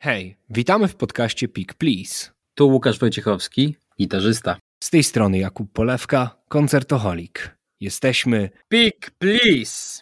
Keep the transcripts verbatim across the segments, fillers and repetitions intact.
Hej, witamy w podcaście Pick Please. Tu Łukasz Wojciechowski, gitarzysta. Z tej strony Jakub Polewka, koncertoholik. Jesteśmy Pick Please!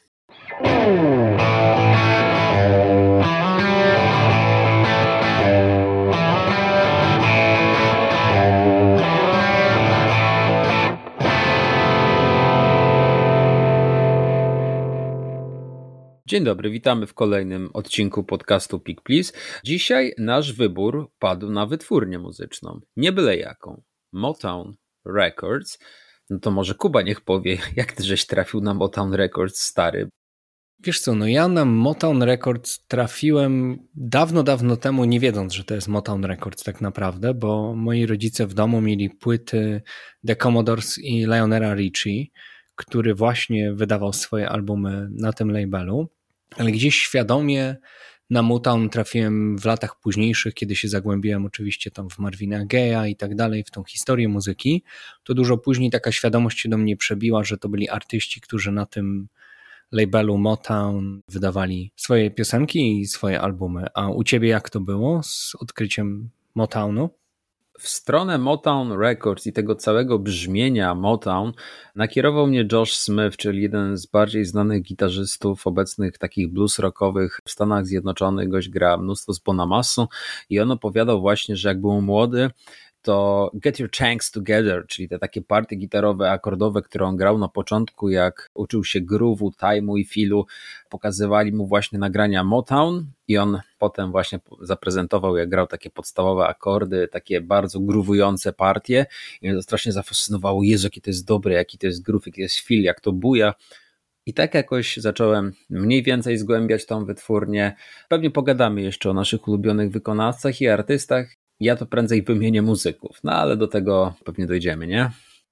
Dzień dobry, witamy w kolejnym odcinku podcastu Pick Please. Dzisiaj nasz wybór padł na wytwórnię muzyczną. Nie byle jaką. Motown Records. No to może Kuba niech powie, jak ty żeś trafił na Motown Records, stary. Wiesz co, no ja na Motown Records trafiłem dawno, dawno temu, nie wiedząc, że to jest Motown Records tak naprawdę, bo moi rodzice w domu mieli płyty The Commodores i Lionela Richie, który właśnie wydawał swoje albumy na tym labelu, ale gdzieś świadomie na Motown trafiłem w latach późniejszych, kiedy się zagłębiłem oczywiście tam w Marvina Gaye'a i tak dalej, w tą historię muzyki. To dużo później taka świadomość się do mnie przebiła, że to byli artyści, którzy na tym labelu Motown wydawali swoje piosenki i swoje albumy. A u ciebie jak to było z odkryciem Motownu? W stronę Motown Records i tego całego brzmienia Motown nakierował mnie Josh Smith, czyli jeden z bardziej znanych gitarzystów obecnych takich blues rockowych w Stanach Zjednoczonych. Gość gra mnóstwo z Bonamassą i on opowiadał właśnie, że jak był młody, to Get Your Chanks Together, czyli te takie partie gitarowe, akordowe, które on grał na początku, jak uczył się groove'u, time'u i feelu, pokazywali mu właśnie nagrania Motown i on potem właśnie zaprezentował, jak grał takie podstawowe akordy, takie bardzo groovujące partie i mnie to strasznie zafascynowało. Jezu, jakie to jest dobre, jaki to jest groove, jaki to jest feel, jak to buja. I tak jakoś zacząłem mniej więcej zgłębiać tą wytwórnię. Pewnie pogadamy jeszcze o naszych ulubionych wykonawcach i artystach. Ja to prędzej wymienię muzyków, no ale do tego pewnie dojdziemy, nie?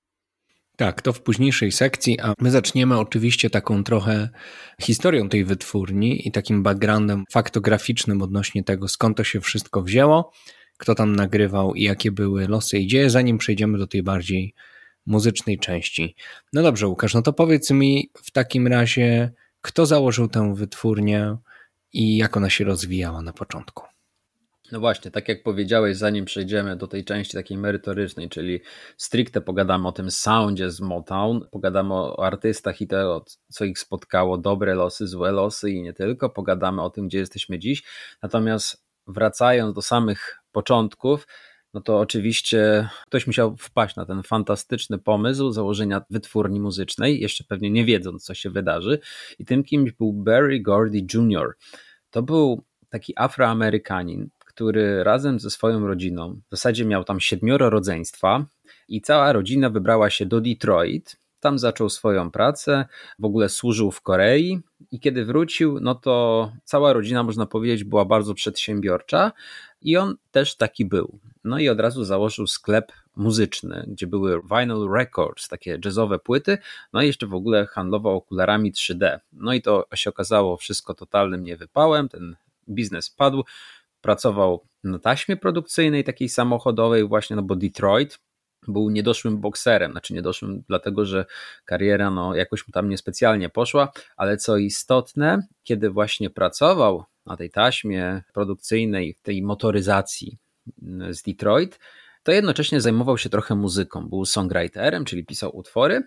Tak, to w późniejszej sekcji, a my zaczniemy oczywiście taką trochę historią tej wytwórni i takim backgroundem faktograficznym odnośnie tego, skąd to się wszystko wzięło, kto tam nagrywał i jakie były losy i dzieje, zanim przejdziemy do tej bardziej muzycznej części. No dobrze, Łukasz, no to powiedz mi w takim razie, kto założył tę wytwórnię i jak ona się rozwijała na początku? No właśnie, tak jak powiedziałeś, zanim przejdziemy do tej części takiej merytorycznej, czyli stricte pogadamy o tym soundzie z Motown, pogadamy o artystach i to, co ich spotkało, dobre losy, złe losy i nie tylko, pogadamy o tym, gdzie jesteśmy dziś. Natomiast wracając do samych początków, no to oczywiście ktoś musiał wpaść na ten fantastyczny pomysł założenia wytwórni muzycznej, jeszcze pewnie nie wiedząc, co się wydarzy. I tym kimś był Berry Gordy junior To był taki Afroamerykanin, który razem ze swoją rodziną, w zasadzie miał tam siedmioro rodzeństwa i cała rodzina wybrała się do Detroit. Tam zaczął swoją pracę, w ogóle służył w Korei i kiedy wrócił, no to cała rodzina, można powiedzieć, była bardzo przedsiębiorcza i on też taki był. No i od razu założył sklep muzyczny, gdzie były vinyl records, takie jazzowe płyty, no i jeszcze w ogóle handlował okularami trzy D. No i to się okazało wszystko totalnym niewypałem, ten biznes padł. Pracował na taśmie produkcyjnej, takiej samochodowej właśnie, no bo Detroit był niedoszłym bokserem, znaczy niedoszłym dlatego, że kariera no jakoś mu tam niespecjalnie poszła, ale co istotne, kiedy właśnie pracował na tej taśmie produkcyjnej, tej motoryzacji z Detroit, to jednocześnie zajmował się trochę muzyką, był songwriterem, czyli pisał utwory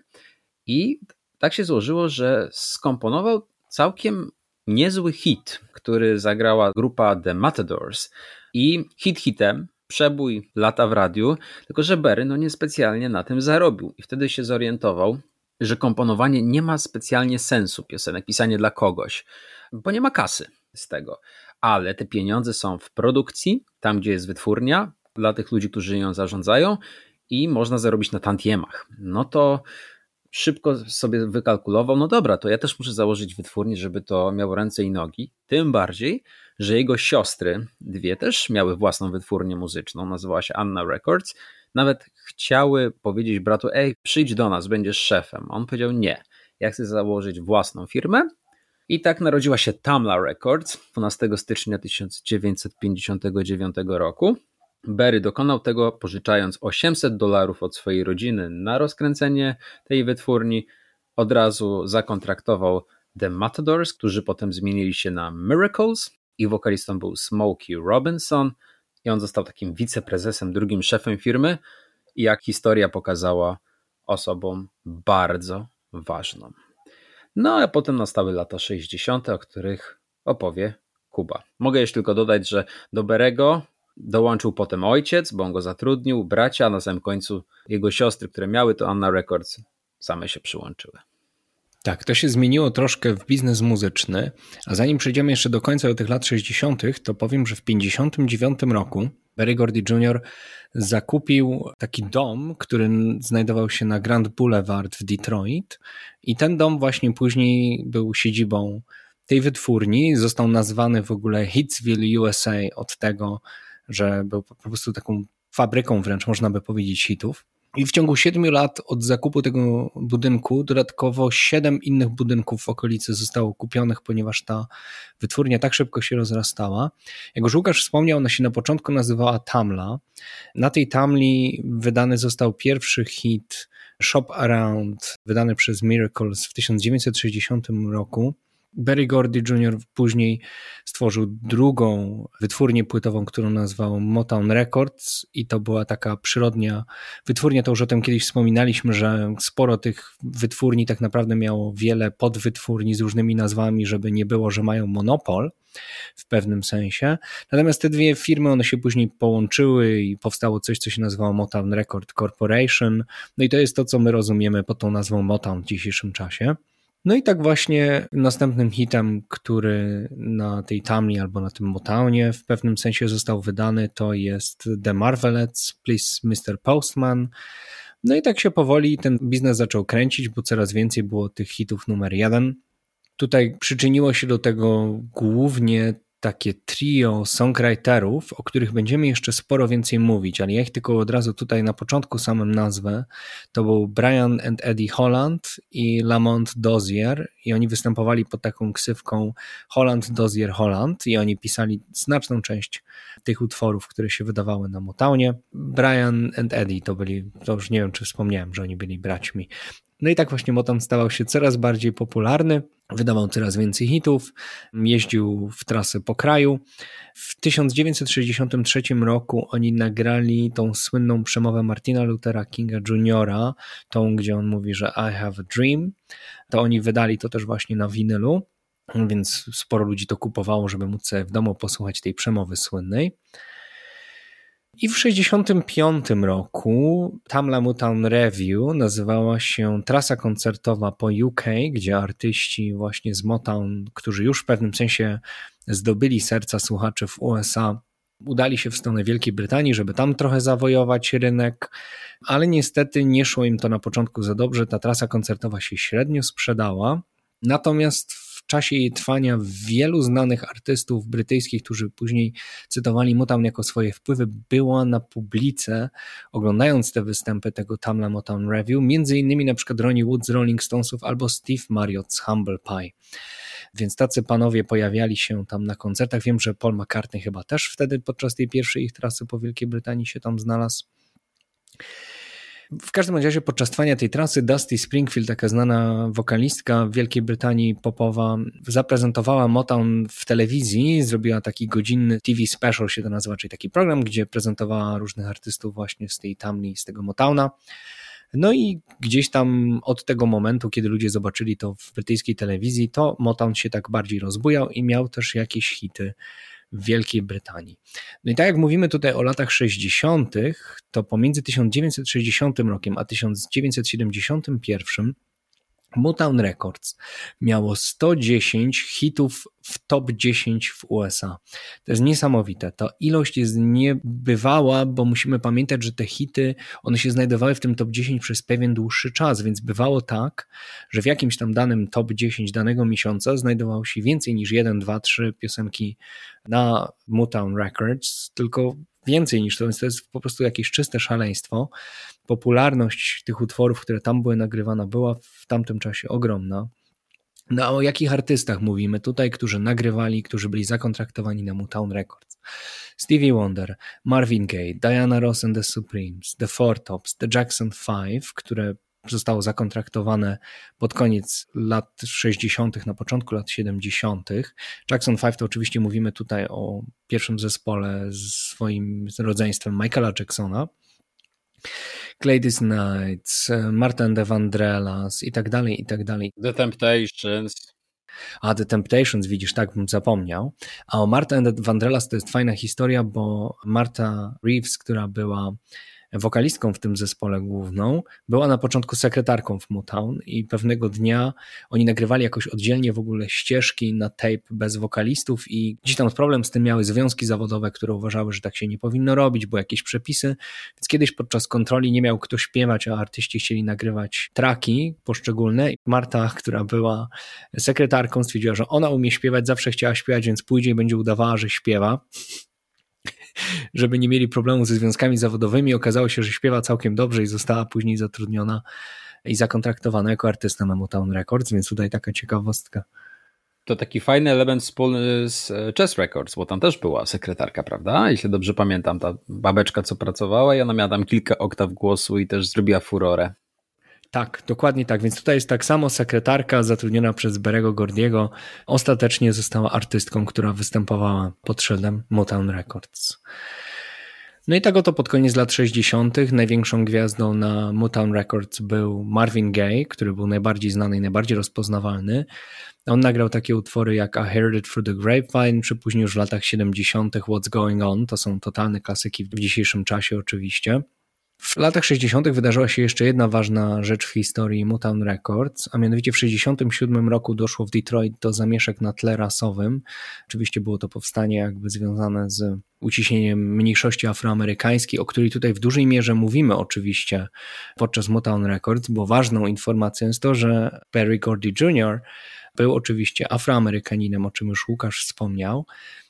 i tak się złożyło, że skomponował całkiem niezły hit, który zagrała grupa The Matadors i hit hitem, przebój lata w radiu, tylko że Berry no niespecjalnie na tym zarobił i wtedy się zorientował, że komponowanie nie ma specjalnie sensu piosenek, pisanie dla kogoś, bo nie ma kasy z tego, ale te pieniądze są w produkcji, tam gdzie jest wytwórnia, dla tych ludzi, którzy ją zarządzają i można zarobić na tantiemach. No to szybko sobie wykalkulował, no dobra, to ja też muszę założyć wytwórnię, żeby to miało ręce i nogi, tym bardziej, że jego siostry, dwie też miały własną wytwórnię muzyczną, nazywała się Anna Records, nawet chciały powiedzieć bratu, ej, przyjdź do nas, będziesz szefem. On powiedział nie, ja chcę założyć własną firmę i tak narodziła się Tamla Records dwunastego stycznia tysiąc dziewięćset pięćdziesiątego dziewiątego roku. Berry dokonał tego, pożyczając osiemset dolarów od swojej rodziny na rozkręcenie tej wytwórni. Od razu zakontraktował The Matadors, którzy potem zmienili się na Miracles i wokalistą był Smokey Robinson i on został takim wiceprezesem, drugim szefem firmy i jak historia pokazała, osobą bardzo ważną. No a potem nastały lata sześćdziesiąte, o których opowie Kuba. Mogę jeszcze tylko dodać, że do Berego dołączył potem ojciec, bo on go zatrudnił, bracia, a na samym końcu jego siostry, które miały to Anna Records, same się przyłączyły. Tak, to się zmieniło troszkę w biznes muzyczny, a zanim przejdziemy jeszcze do końca do tych lat sześćdziesiątych, to powiem, że w pięćdziesiątym dziewiątym roku Berry Gordy junior zakupił taki dom, który znajdował się na Grand Boulevard w Detroit i ten dom właśnie później był siedzibą tej wytwórni, został nazwany w ogóle Hitsville U S A od tego, że był po prostu taką fabryką wręcz, można by powiedzieć, hitów. I w ciągu siedmiu lat od zakupu tego budynku dodatkowo siedem innych budynków w okolicy zostało kupionych, ponieważ ta wytwórnia tak szybko się rozrastała. Jak już Łukasz wspomniał, ona się na początku nazywała Tamla. Na tej Tamli wydany został pierwszy hit Shop Around, wydany przez Miracles w tysiąc dziewięćset sześćdziesiątym roku. Berry Gordy junior później stworzył drugą wytwórnię płytową, którą nazwał Motown Records i to była taka przyrodnia wytwórnia, to już o tym kiedyś wspominaliśmy, że sporo tych wytwórni tak naprawdę miało wiele podwytwórni z różnymi nazwami, żeby nie było, że mają monopol w pewnym sensie. Natomiast te dwie firmy, one się później połączyły i powstało coś, co się nazywało Motown Record Corporation. No i to jest to, co my rozumiemy pod tą nazwą Motown w dzisiejszym czasie. No i tak właśnie następnym hitem, który na tej Tamli albo na tym Motownie w pewnym sensie został wydany, to jest The Marvelettes, Please mister Postman. No i tak się powoli ten biznes zaczął kręcić, bo coraz więcej było tych hitów numer jeden. Tutaj przyczyniło się do tego głównie takie trio songwriterów, o których będziemy jeszcze sporo więcej mówić, ale ja ich tylko od razu tutaj na początku samym nazwę. To był Brian and Eddie Holland i Lamont Dozier i oni występowali pod taką ksywką Holland, Dozier, Holland i oni pisali znaczną część tych utworów, które się wydawały na Motownie. Brian and Eddie to byli, to już nie wiem, czy wspomniałem, że oni byli braćmi. No i tak właśnie Motown stawał się coraz bardziej popularny, wydawał coraz więcej hitów, jeździł w trasy po kraju. W tysiąc dziewięćset sześćdziesiątym trzecim roku oni nagrali tą słynną przemowę Martina Luthera Kinga juniora, tą, gdzie on mówi, że I have a dream. To oni wydali to też właśnie na winylu, więc sporo ludzi to kupowało, żeby móc sobie w domu posłuchać tej przemowy słynnej. I w sześćdziesiątym piątym roku Tamla Motown Revue nazywała się trasa koncertowa po U K, gdzie artyści właśnie z Motown, którzy już w pewnym sensie zdobyli serca słuchaczy w U S A, udali się w stronę Wielkiej Brytanii, żeby tam trochę zawojować rynek, ale niestety nie szło im to na początku za dobrze, ta trasa koncertowa się średnio sprzedała, natomiast w czasie jej trwania wielu znanych artystów brytyjskich, którzy później cytowali Motown jako swoje wpływy, była na publice, oglądając te występy tego Tamla Motown Revue, między innymi na przykład Ronnie Wood z Rolling Stonesów albo Steve Marriott z Humble Pie. Więc tacy panowie pojawiali się tam na koncertach. Wiem, że Paul McCartney chyba też wtedy podczas tej pierwszej ich trasy po Wielkiej Brytanii się tam znalazł. W każdym razie podczas trwania tej trasy Dusty Springfield, taka znana wokalistka w Wielkiej Brytanii popowa, zaprezentowała Motown w telewizji, zrobiła taki godzinny T V special się to nazywa, czyli taki program, gdzie prezentowała różnych artystów właśnie z tej Tamli, z tego Motowna. No i gdzieś tam od tego momentu, kiedy ludzie zobaczyli to w brytyjskiej telewizji, to Motown się tak bardziej rozbujał i miał też jakieś hity w Wielkiej Brytanii. No i tak jak mówimy tutaj o latach sześćdziesiątych, to pomiędzy tysiąc dziewięćset sześćdziesiątym rokiem a tysiąc dziewięćset siedemdziesiątym pierwszym Motown Records miało sto dziesięć hitów w top dziesięć w U S A. To jest niesamowite. Ta ilość jest niebywała, bo musimy pamiętać, że te hity, one się znajdowały w tym top dziesięć przez pewien dłuższy czas, więc bywało tak, że w jakimś tam danym top dziesięć danego miesiąca znajdowało się więcej niż jeden, dwa, trzy piosenki na Motown Records, tylko więcej niż to, więc to jest po prostu jakieś czyste szaleństwo. Popularność tych utworów, które tam były nagrywane, była w tamtym czasie ogromna. No a o jakich artystach mówimy tutaj, którzy nagrywali, którzy byli zakontraktowani na Motown Records? Stevie Wonder, Marvin Gaye, Diana Ross and the Supremes, The Four Tops, The Jackson Five, które zostało zakontraktowane pod koniec lat sześćdziesiątych, na początku lat siedemdziesiątych. Jackson pięć to oczywiście mówimy tutaj o pierwszym zespole z swoim rodzeństwem Michaela Jacksona. Gladys Knights, Marta and the Vandellas i tak dalej, i tak dalej. The Temptations. A The Temptations, widzisz, tak bym zapomniał. A o Marta and the Vandellas to jest fajna historia, bo Marta Reeves, która była wokalistką w tym zespole główną, była na początku sekretarką w Motown i pewnego dnia oni nagrywali jakoś oddzielnie w ogóle ścieżki na tape bez wokalistów i gdzieś tam problem z tym miały związki zawodowe, które uważały, że tak się nie powinno robić, bo jakieś przepisy, więc kiedyś podczas kontroli nie miał kto śpiewać, a artyści chcieli nagrywać traki poszczególne. Marta, która była sekretarką, stwierdziła, że ona umie śpiewać, zawsze chciała śpiewać, więc pójdzie i będzie udawała, że śpiewa. Żeby nie mieli problemu ze związkami zawodowymi. Okazało się, że śpiewa całkiem dobrze i została później zatrudniona i zakontraktowana jako artysta na Motown Records, więc tutaj taka ciekawostka. To taki fajny element wspólny z Chess Records, bo tam też była sekretarka, prawda? Jeśli dobrze pamiętam, ta babeczka, co pracowała i ona miała tam kilka oktaw głosu i też zrobiła furorę. Tak, dokładnie tak. Więc tutaj jest tak samo sekretarka zatrudniona przez Berry'ego Gordiego ostatecznie została artystką, która występowała pod szyldem Motown Records. No i tak oto pod koniec lat sześćdziesiątych największą gwiazdą na Motown Records był Marvin Gaye, który był najbardziej znany i najbardziej rozpoznawalny. On nagrał takie utwory jak I Heard It Through the Grapevine, czy później już w latach siedemdziesiątych What's Going On. To są totalne klasyki w dzisiejszym czasie oczywiście. W latach sześćdziesiątych wydarzyła się jeszcze jedna ważna rzecz w historii Motown Records, a mianowicie w sześćdziesiątym siódmym roku doszło w Detroit do zamieszek na tle rasowym. Oczywiście było to powstanie jakby związane z uciśnieniem mniejszości afroamerykańskiej, o której tutaj w dużej mierze mówimy oczywiście podczas Motown Records, bo ważną informacją jest to, że Berry Gordy junior był oczywiście Afroamerykaninem, o czym już Łukasz wspomniał.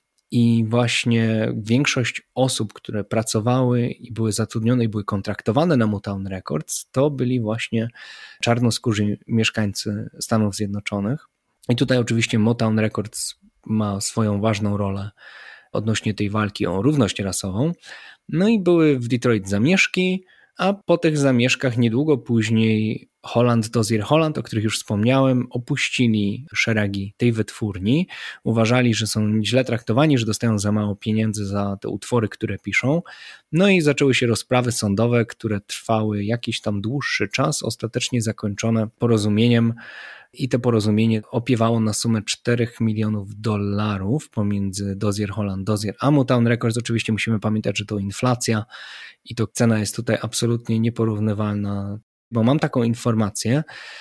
I właśnie większość osób, które pracowały i były zatrudnione i były kontraktowane na Motown Records, to byli właśnie czarnoskórzy mieszkańcy Stanów Zjednoczonych. I tutaj oczywiście Motown Records ma swoją ważną rolę odnośnie tej walki o równość rasową. No i były w Detroit zamieszki, a po tych zamieszkach niedługo później Holland, Dozier Holland, o których już wspomniałem, opuścili szeregi tej wytwórni. Uważali, że są źle traktowani, że dostają za mało pieniędzy za te utwory, które piszą. No i zaczęły się rozprawy sądowe, które trwały jakiś tam dłuższy czas, ostatecznie zakończone porozumieniem i to porozumienie opiewało na sumę czterech milionów dolarów pomiędzy Dozier Holland, Dozier a Motown Records. Oczywiście musimy pamiętać, że to inflacja i to cena jest tutaj absolutnie nieporównywalna, bo mam taką informację,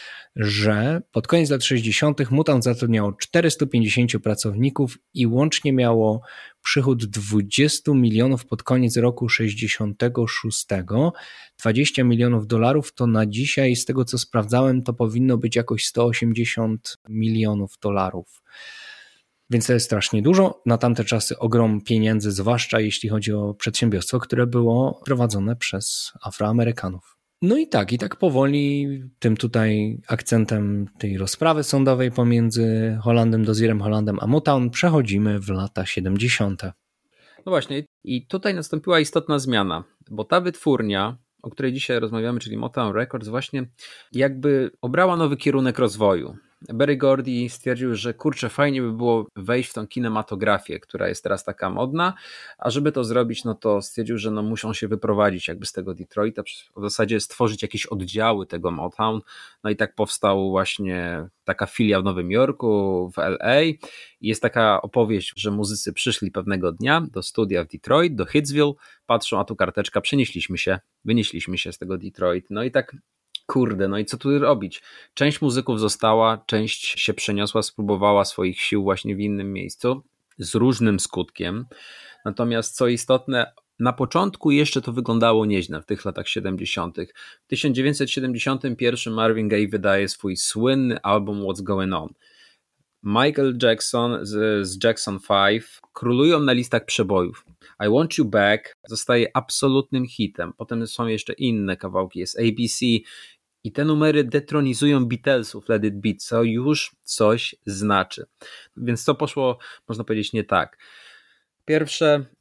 że pod koniec lat sześćdziesiątych Motown zatrudniało czterystu pięćdziesięciu pracowników i łącznie miało przychód dwadzieścia milionów pod koniec roku sześćdziesiątego szóstego. dwadzieścia milionów dolarów to na dzisiaj, z tego co sprawdzałem, to powinno być jakoś sto osiemdziesiąt milionów dolarów. Więc to jest strasznie dużo. Na tamte czasy ogrom pieniędzy, zwłaszcza jeśli chodzi o przedsiębiorstwo, które było prowadzone przez Afroamerykanów. No i tak, i tak powoli tym tutaj akcentem tej rozprawy sądowej pomiędzy Hollandem, Dozierem Hollandem a Motown przechodzimy w lata siedemdziesiąte. No właśnie, i tutaj nastąpiła istotna zmiana, bo ta wytwórnia, o której dzisiaj rozmawiamy, czyli Motown Records, właśnie jakby obrała nowy kierunek rozwoju. Berry Gordy stwierdził, że kurczę, fajnie by było wejść w tą kinematografię, która jest teraz taka modna, a żeby to zrobić, no to stwierdził, że no muszą się wyprowadzić jakby z tego Detroita, w zasadzie stworzyć jakieś oddziały tego Motown, no i tak powstał właśnie taka filia w Nowym Jorku, w L A. Jest taka opowieść, że muzycy przyszli pewnego dnia do studia w Detroit, do Hitsville, patrzą, a tu karteczka, przenieśliśmy się, wynieśliśmy się z tego Detroit, no i tak kurde, no i co tu robić? Część muzyków została, część się przeniosła, spróbowała swoich sił właśnie w innym miejscu, z różnym skutkiem. Natomiast co istotne, na początku jeszcze to wyglądało nieźle w tych latach siedemdziesiątych. W tysiąc dziewięćset siedemdziesiątym pierwszym Marvin Gaye wydaje swój słynny album What's Going On. Michael Jackson z, z Jackson pięć królują na listach przebojów. I Want You Back zostaje absolutnym hitem. Potem są jeszcze inne kawałki, jest A B C i te numery detronizują Beatlesów, Let It Be, co już coś znaczy. Więc co poszło, można powiedzieć, nie tak. Pierwsze,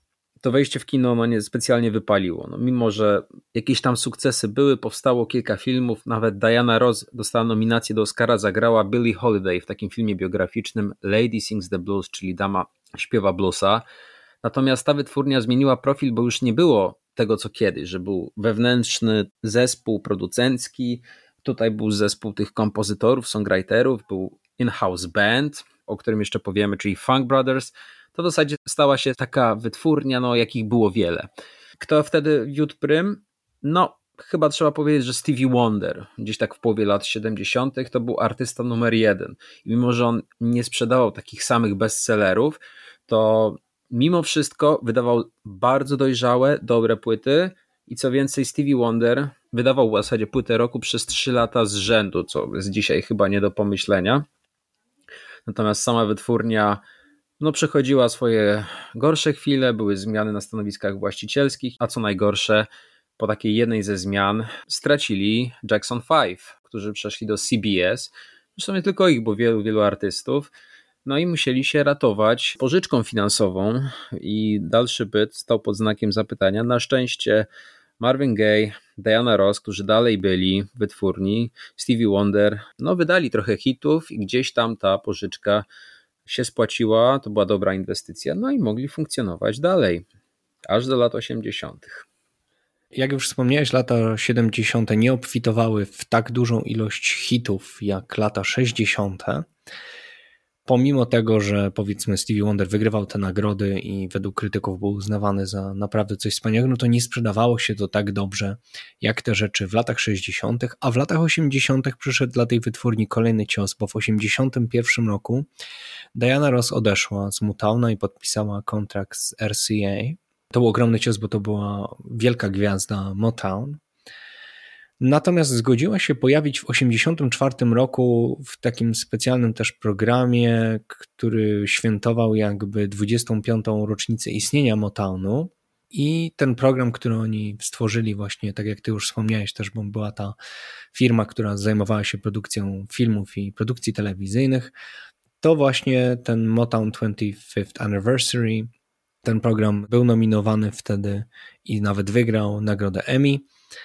to wejście w kino no, nie specjalnie wypaliło. No, mimo że jakieś tam sukcesy były, powstało kilka filmów, nawet Diana Ross dostała nominację do Oscara, zagrała Billie Holiday w takim filmie biograficznym Lady Sings the Blues, czyli Dama śpiewa bluesa. Natomiast ta wytwórnia zmieniła profil, bo już nie było tego co kiedyś, że był wewnętrzny zespół producencki, tutaj był zespół tych kompozytorów, songwriterów, był in-house band, o którym jeszcze powiemy, czyli Funk Brothers. To w zasadzie stała się taka wytwórnia, no jakich było wiele. Kto wtedy wiódł prym? No chyba trzeba powiedzieć, że Stevie Wonder, gdzieś tak w połowie lat siedemdziesiątych to był artysta numer jeden. I mimo że on nie sprzedawał takich samych bestsellerów, to mimo wszystko wydawał bardzo dojrzałe, dobre płyty i co więcej Stevie Wonder wydawał w zasadzie płytę roku przez trzy lata z rzędu, co jest dzisiaj chyba nie do pomyślenia. Natomiast sama wytwórnia no, przechodziła swoje gorsze chwile, były zmiany na stanowiskach właścicielskich, a co najgorsze, po takiej jednej ze zmian stracili Jackson Five, którzy przeszli do C B S. Zresztą nie tylko ich, bo wielu, wielu artystów. No i musieli się ratować pożyczką finansową i dalszy byt stał pod znakiem zapytania. Na szczęście Marvin Gaye, Diana Ross, którzy dalej byli w wytwórni, Stevie Wonder, no wydali trochę hitów i gdzieś tam ta pożyczka się spłaciła, to była dobra inwestycja, no i mogli funkcjonować dalej, aż do lat osiemdziesiątych. Jak już wspomniałeś, lata siedemdziesiąte nie obfitowały w tak dużą ilość hitów jak lata sześćdziesiąte. Pomimo tego, że powiedzmy Stevie Wonder wygrywał te nagrody i według krytyków był uznawany za naprawdę coś wspaniałego, no to nie sprzedawało się to tak dobrze jak te rzeczy w latach sześćdziesiątych, a w latach osiemdziesiątych przyszedł dla tej wytwórni kolejny cios, bo w osiemdziesiątym pierwszym roku Diana Ross odeszła z Motowna i podpisała kontrakt z R C A. To był ogromny cios, bo to była wielka gwiazda Motown. Natomiast zgodziła się pojawić w osiemdziesiątym czwartym roku w takim specjalnym też programie, który świętował jakby dwudziestą piątą rocznicę istnienia Motownu. I ten program, który oni stworzyli właśnie, tak jak ty już wspomniałeś też, bo była ta firma, która zajmowała się produkcją filmów i produkcji telewizyjnych, to właśnie ten Motown twenty-fifth Anniversary. Ten program był nominowany wtedy i nawet wygrał nagrodę Emmy.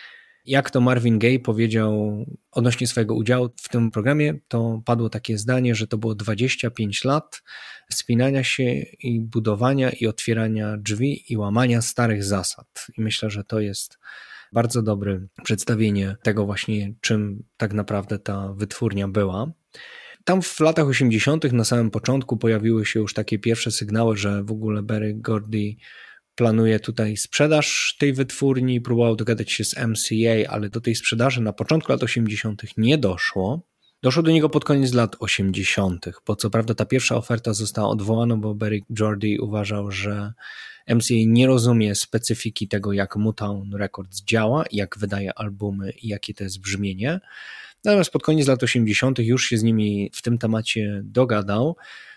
Jak to Marvin Gaye powiedział odnośnie swojego udziału w tym programie, to padło takie zdanie, że to było dwadzieścia pięć lat wspinania się i budowania i otwierania drzwi i łamania starych zasad. I myślę, że to jest bardzo dobre przedstawienie tego właśnie, czym tak naprawdę ta wytwórnia była. Tam w latach osiemdziesiątych na samym początku pojawiły się już takie pierwsze sygnały, że w ogóle Berry Gordy planuje tutaj sprzedaż tej wytwórni, próbował dogadać się z M C A, ale do tej sprzedaży na początku lat osiemdziesiątych nie doszło. Doszło do niego pod koniec lat osiemdziesiątych, bo co prawda ta pierwsza oferta została odwołana, bo Berry Gordy uważał, że M C A nie rozumie specyfiki tego, jak Motown Records działa, jak wydaje albumy i jakie to jest brzmienie. Natomiast pod koniec lat osiemdziesiątych już się z nimi w tym temacie dogadał.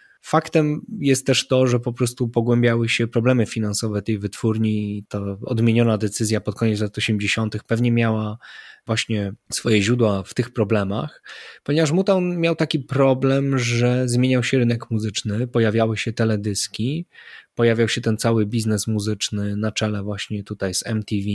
Faktem jest też to, że po prostu pogłębiały się problemy finansowe tej wytwórni i ta odmieniona decyzja pod koniec lat osiemdziesiątych pewnie miała właśnie swoje źródła w tych problemach, ponieważ Motown miał taki problem, że zmieniał się rynek muzyczny, pojawiały się teledyski, pojawiał się ten cały biznes muzyczny na czele właśnie tutaj z M T V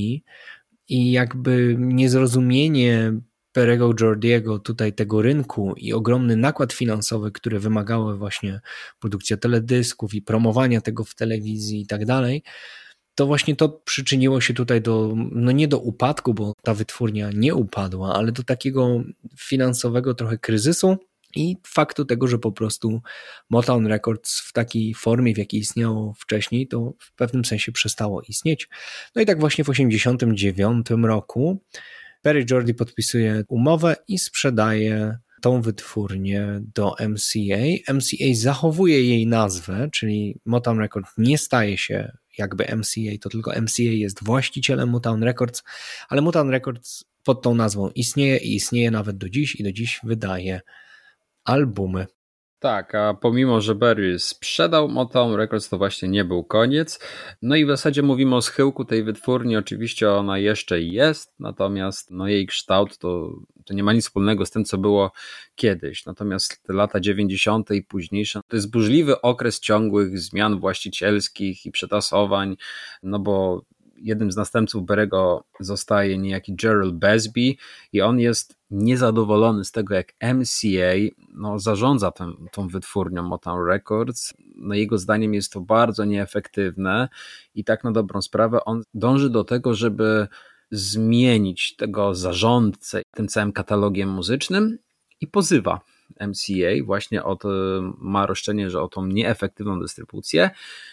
i jakby niezrozumienie Berry'ego Gordy'ego tutaj tego rynku i ogromny nakład finansowy, który wymagały właśnie produkcja teledysków i promowania tego w telewizji i tak dalej, to właśnie to przyczyniło się tutaj do, no nie do upadku, bo ta wytwórnia nie upadła, ale do takiego finansowego trochę kryzysu i faktu tego, że po prostu Motown Records w takiej formie, w jakiej istniało wcześniej, to w pewnym sensie przestało istnieć. No i tak właśnie w osiemdziesiątym dziewiątym roku Berry Gordy podpisuje umowę i sprzedaje tą wytwórnię do M C A. M C A zachowuje jej nazwę, czyli Motown Records nie staje się jakby M C A, to tylko M C A jest właścicielem Motown Records, ale Motown Records pod tą nazwą istnieje i istnieje nawet do dziś i do dziś wydaje albumy. Tak, a pomimo, że Berry sprzedał Motown Records, to właśnie nie był koniec. No i w zasadzie mówimy o schyłku tej wytwórni, oczywiście ona jeszcze jest, natomiast no jej kształt to To nie ma nic wspólnego z tym, co było kiedyś. Natomiast te lata dziewięćdziesiąte i późniejsze to jest burzliwy okres ciągłych zmian właścicielskich i przetasowań, no bo jednym z następców Barry'ego zostaje niejaki Gerald Basby i on jest niezadowolony z tego, jak M C A no, zarządza tą, tą wytwórnią Motown Records. No, jego zdaniem jest to bardzo nieefektywne i tak na dobrą sprawę on dąży do tego, żeby zmienić tego zarządcę tym całym katalogiem muzycznym i pozywa M C A właśnie o to, ma roszczenie, że o tą nieefektywną dystrybucję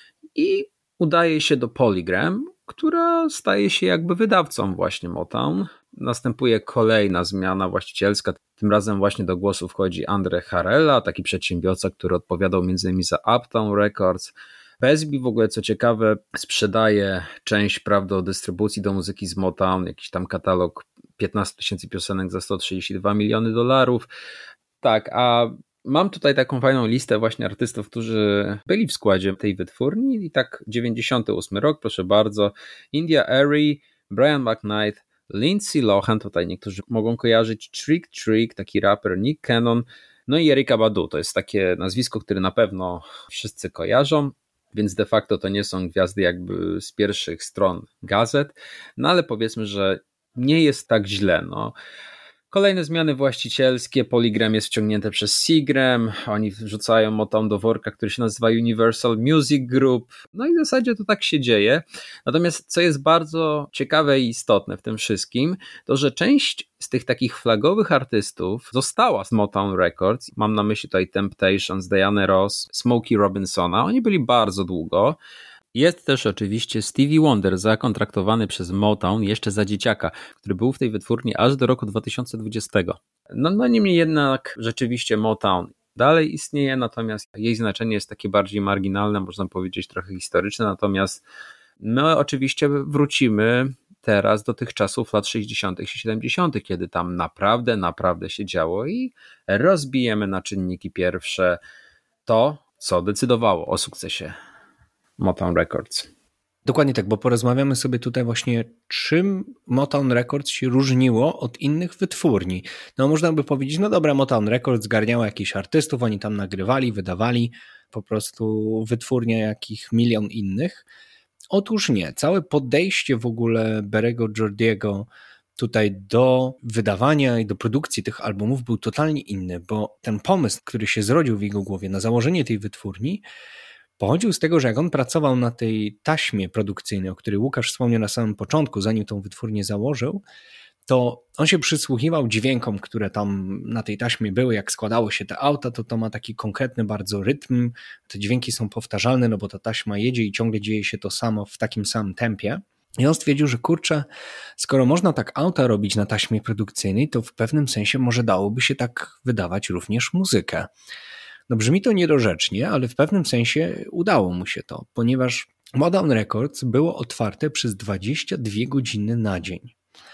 i udaje się do Polygram, która staje się jakby wydawcą właśnie Motown. Następuje kolejna zmiana właścicielska, tym razem właśnie do głosu wchodzi Andre Harrella, taki przedsiębiorca, który odpowiadał między innymi za Uptown Records. Basby w ogóle, co ciekawe, sprzedaje część praw do dystrybucji do muzyki z Motown, jakiś tam katalog piętnaście tysięcy piosenek za sto trzydzieści dwa miliony dolarów. Tak, a mam tutaj taką fajną listę właśnie artystów, którzy byli w składzie tej wytwórni i tak dziewięćdziesiąty ósmy rok, proszę bardzo, India Arie, Brian McKnight, Lindsay Lohan, tutaj niektórzy mogą kojarzyć, Trick Trick, taki raper, Nick Cannon, no i Erykah Badu, to jest takie nazwisko, które na pewno wszyscy kojarzą, więc de facto to nie są gwiazdy jakby z pierwszych stron gazet, no ale powiedzmy, że nie jest tak źle, no. Kolejne zmiany właścicielskie, Polygram jest wciągnięte przez Seagram, oni wrzucają Motown do worka, który się nazywa Universal Music Group, no i w zasadzie to tak się dzieje. Natomiast co jest bardzo ciekawe i istotne w tym wszystkim, to że część z tych takich flagowych artystów została z Motown Records, mam na myśli tutaj Temptations, Diana Ross, Smokey Robinsona, oni byli bardzo długo. Jest też oczywiście Stevie Wonder, zakontraktowany przez Motown jeszcze za dzieciaka, który był w tej wytwórni aż do roku dwa tysiące dwudziestego. No, no niemniej jednak rzeczywiście Motown dalej istnieje, natomiast jej znaczenie jest takie bardziej marginalne, można powiedzieć trochę historyczne, natomiast my oczywiście wrócimy teraz do tych czasów lat sześćdziesiątych i siedemdziesiątych, kiedy tam naprawdę, naprawdę się działo i rozbijemy na czynniki pierwsze to, co decydowało o sukcesie Motown Records. Dokładnie tak, bo porozmawiamy sobie tutaj właśnie, czym Motown Records się różniło od innych wytwórni. No można by powiedzieć, no dobra, Motown Records zgarniało jakichś artystów, oni tam nagrywali, wydawali, po prostu wytwórnia jakich milion innych. Otóż nie, całe podejście w ogóle Barry'ego Gordy'ego tutaj do wydawania i do produkcji tych albumów był totalnie inny, bo ten pomysł, który się zrodził w jego głowie na założenie tej wytwórni, pochodził z tego, że jak on pracował na tej taśmie produkcyjnej, o której Łukasz wspomniał na samym początku, zanim tą wytwórnię założył, to on się przysłuchiwał dźwiękom, które tam na tej taśmie były, jak składało się te auta, to to ma taki konkretny bardzo rytm, te dźwięki są powtarzalne, no bo ta taśma jedzie i ciągle dzieje się to samo w takim samym tempie. I on stwierdził, że kurczę, skoro można tak auta robić na taśmie produkcyjnej, to w pewnym sensie może dałoby się tak wydawać również muzykę. No brzmi to niedorzecznie, ale w pewnym sensie udało mu się to, ponieważ Motown Records było otwarte przez dwadzieścia dwie godziny na dzień.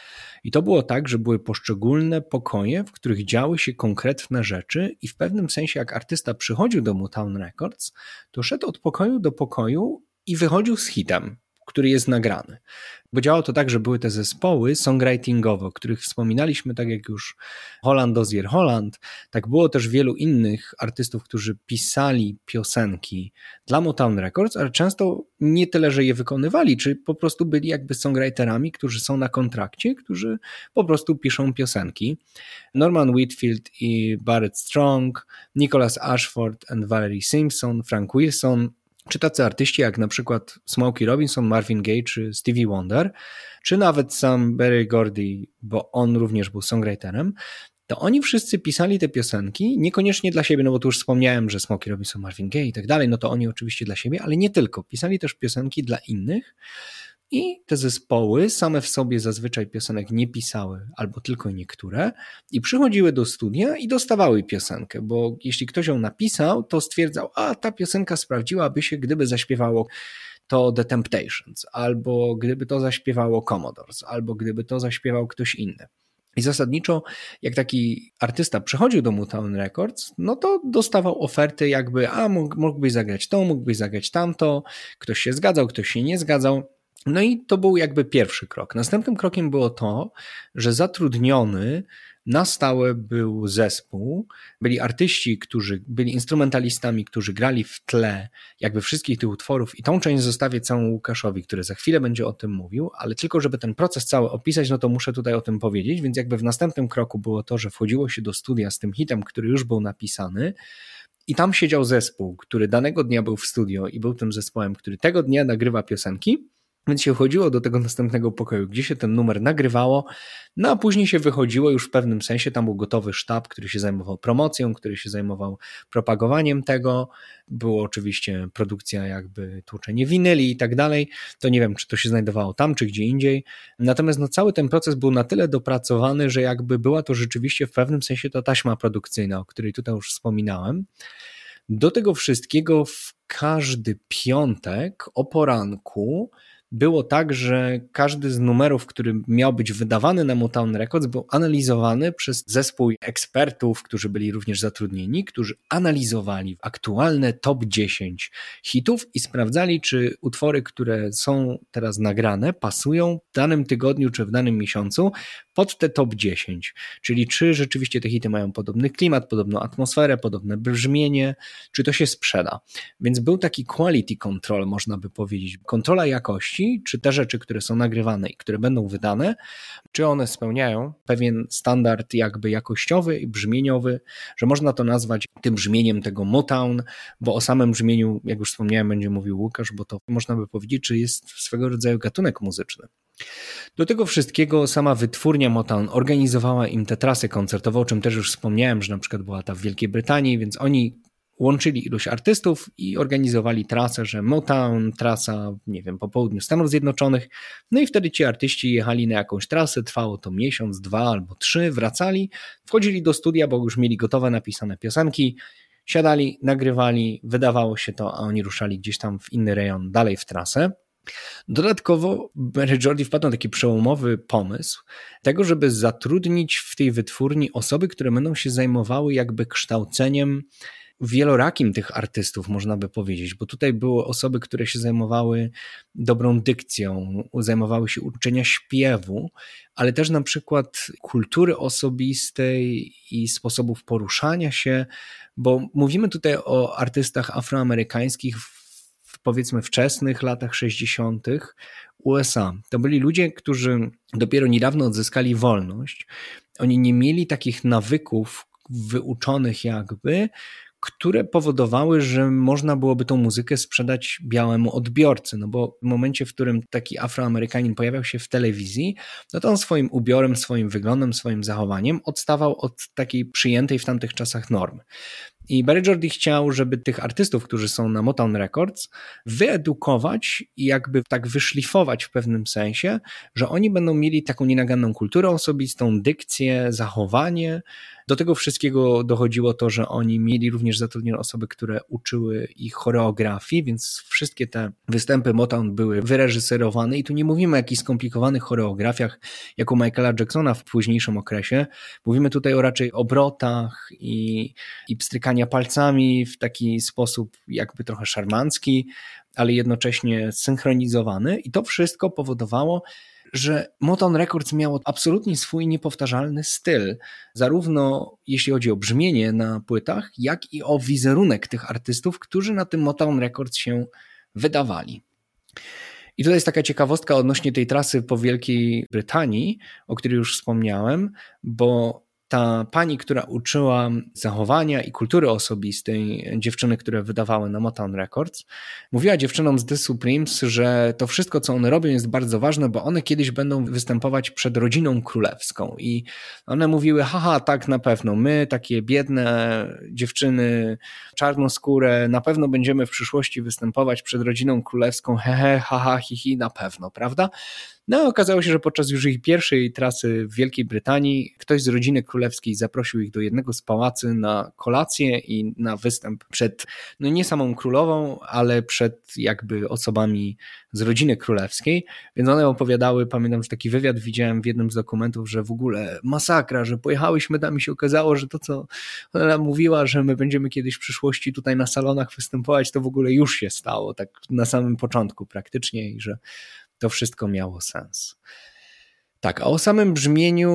I to było tak, że były poszczególne pokoje, w których działy się konkretne rzeczy i w pewnym sensie jak artysta przychodził do Motown Records, to szedł od pokoju do pokoju i wychodził z hitem, który jest nagrany. Bo działało to tak, że były te zespoły songwritingowe, o których wspominaliśmy, tak jak już Holland Dozier Holland, tak było też wielu innych artystów, którzy pisali piosenki dla Motown Records, ale często nie tyle, że je wykonywali, czy po prostu byli jakby songwriterami, którzy są na kontrakcie, którzy po prostu piszą piosenki. Norman Whitfield i Barrett Strong, Nicholas Ashford and Valerie Simpson, Frank Wilson, czy tacy artyści jak na przykład Smokey Robinson, Marvin Gaye czy Stevie Wonder, czy nawet sam Barry Gordy, bo on również był songwriterem, to oni wszyscy pisali te piosenki, niekoniecznie dla siebie, no bo tu już wspomniałem, że Smokey Robinson, Marvin Gaye i tak dalej, no to oni oczywiście dla siebie, ale nie tylko. Pisali też piosenki dla innych i te zespoły same w sobie zazwyczaj piosenek nie pisały, albo tylko niektóre i przychodziły do studia i dostawały piosenkę, bo jeśli ktoś ją napisał, to stwierdzał, a ta piosenka sprawdziłaby się, gdyby zaśpiewało to The Temptations, albo gdyby to zaśpiewało Commodores, albo gdyby to zaśpiewał ktoś inny. I zasadniczo, jak taki artysta przychodził do Motown Records, no to dostawał oferty jakby, a mógłbyś zagrać to, mógłbyś zagrać tamto, ktoś się zgadzał, ktoś się nie zgadzał. No i to był jakby pierwszy krok. Następnym krokiem było to, że zatrudniony na stałe był zespół, byli artyści, którzy byli instrumentalistami, którzy grali w tle jakby wszystkich tych utworów i tą część zostawię całą Łukaszowi, który za chwilę będzie o tym mówił, ale tylko żeby ten proces cały opisać, no to muszę tutaj o tym powiedzieć, więc jakby w następnym kroku było to, że wchodziło się do studia z tym hitem, który już był napisany i tam siedział zespół, który danego dnia był w studio i był tym zespołem, który tego dnia nagrywa piosenki. Więc się wchodziło do tego następnego pokoju, gdzie się ten numer nagrywało, no a później się wychodziło już w pewnym sensie, tam był gotowy sztab, który się zajmował promocją, który się zajmował propagowaniem tego, było oczywiście produkcja jakby tłuczenie winyli i tak dalej, to nie wiem, czy to się znajdowało tam, czy gdzie indziej, natomiast no cały ten proces był na tyle dopracowany, że jakby była to rzeczywiście w pewnym sensie ta taśma produkcyjna, o której tutaj już wspominałem. Do tego wszystkiego w każdy piątek o poranku było tak, że każdy z numerów, który miał być wydawany na Motown Records, był analizowany przez zespół ekspertów, którzy byli również zatrudnieni, którzy analizowali aktualne top dziesięć hitów i sprawdzali, czy utwory, które są teraz nagrane, pasują w danym tygodniu czy w danym miesiącu pod te top dziesięć. Czyli czy rzeczywiście te hity mają podobny klimat, podobną atmosferę, podobne brzmienie, czy to się sprzeda. Więc był taki quality control, można by powiedzieć, kontrola jakości, czy te rzeczy, które są nagrywane i które będą wydane, czy one spełniają pewien standard jakby jakościowy i brzmieniowy, że można to nazwać tym brzmieniem tego Motown, bo o samym brzmieniu, jak już wspomniałem, będzie mówił Łukasz, bo to można by powiedzieć, czy jest swego rodzaju gatunek muzyczny. Do tego wszystkiego sama wytwórnia Motown organizowała im te trasy koncertowe, o czym też już wspomniałem, że na przykład była ta w Wielkiej Brytanii, więc oni łączyli ilość artystów i organizowali trasę, że Motown, trasa, nie wiem, po południu Stanów Zjednoczonych, no i wtedy ci artyści jechali na jakąś trasę, trwało to miesiąc, dwa albo trzy, wracali, wchodzili do studia, bo już mieli gotowe, napisane piosenki, siadali, nagrywali, wydawało się to, a oni ruszali gdzieś tam w inny rejon, dalej w trasę. Dodatkowo Berry Gordy wpadł na taki przełomowy pomysł tego, żeby zatrudnić w tej wytwórni osoby, które będą się zajmowały jakby kształceniem wielorakim tych artystów, można by powiedzieć, bo tutaj były osoby, które się zajmowały dobrą dykcją, zajmowały się uczenia śpiewu, ale też na przykład kultury osobistej i sposobów poruszania się, bo mówimy tutaj o artystach afroamerykańskich w powiedzmy wczesnych latach sześćdziesiątych U S A. To byli ludzie, którzy dopiero niedawno odzyskali wolność. Oni nie mieli takich nawyków wyuczonych jakby, które powodowały, że można byłoby tą muzykę sprzedać białemu odbiorcy, no bo w momencie, w którym taki Afroamerykanin pojawiał się w telewizji, no to on swoim ubiorem, swoim wyglądem, swoim zachowaniem odstawał od takiej przyjętej w tamtych czasach normy. I Berry Gordy chciał, żeby tych artystów, którzy są na Motown Records, wyedukować i jakby tak wyszlifować w pewnym sensie, że oni będą mieli taką nienaganną kulturę osobistą, dykcję, zachowanie. Do tego wszystkiego dochodziło to, że oni mieli również zatrudnione osoby, które uczyły ich choreografii, więc wszystkie te występy Motown były wyreżyserowane i tu nie mówimy o jakichś skomplikowanych choreografiach, jak u Michaela Jacksona w późniejszym okresie. Mówimy tutaj o raczej obrotach i, i pstrykania palcami w taki sposób jakby trochę szarmancki, ale jednocześnie synchronizowany i to wszystko powodowało, że Motown Records miało absolutnie swój niepowtarzalny styl, zarówno jeśli chodzi o brzmienie na płytach, jak i o wizerunek tych artystów, którzy na tym Motown Records się wydawali. I tutaj jest taka ciekawostka odnośnie tej trasy po Wielkiej Brytanii, o której już wspomniałem, bo ta pani, która uczyła zachowania i kultury osobistej dziewczyny, które wydawały na Motown Records, mówiła dziewczynom z The Supremes, że to wszystko, co one robią, jest bardzo ważne, bo one kiedyś będą występować przed rodziną królewską. I one mówiły, haha, tak, na pewno, my, takie biedne dziewczyny, czarnoskóre, na pewno będziemy w przyszłości występować przed rodziną królewską, hehe, haha, hihi, na pewno, prawda? No okazało się, że podczas już ich pierwszej trasy w Wielkiej Brytanii ktoś z rodziny królewskiej zaprosił ich do jednego z pałacy na kolację i na występ przed, no nie samą królową, ale przed jakby osobami z rodziny królewskiej, więc one opowiadały, pamiętam, że taki wywiad widziałem w jednym z dokumentów, że w ogóle masakra, że pojechałyśmy tam i się okazało, że to, co ona nam mówiła, że my będziemy kiedyś w przyszłości tutaj na salonach występować, to w ogóle już się stało, tak na samym początku praktycznie i że to wszystko miało sens. Tak, a o samym brzmieniu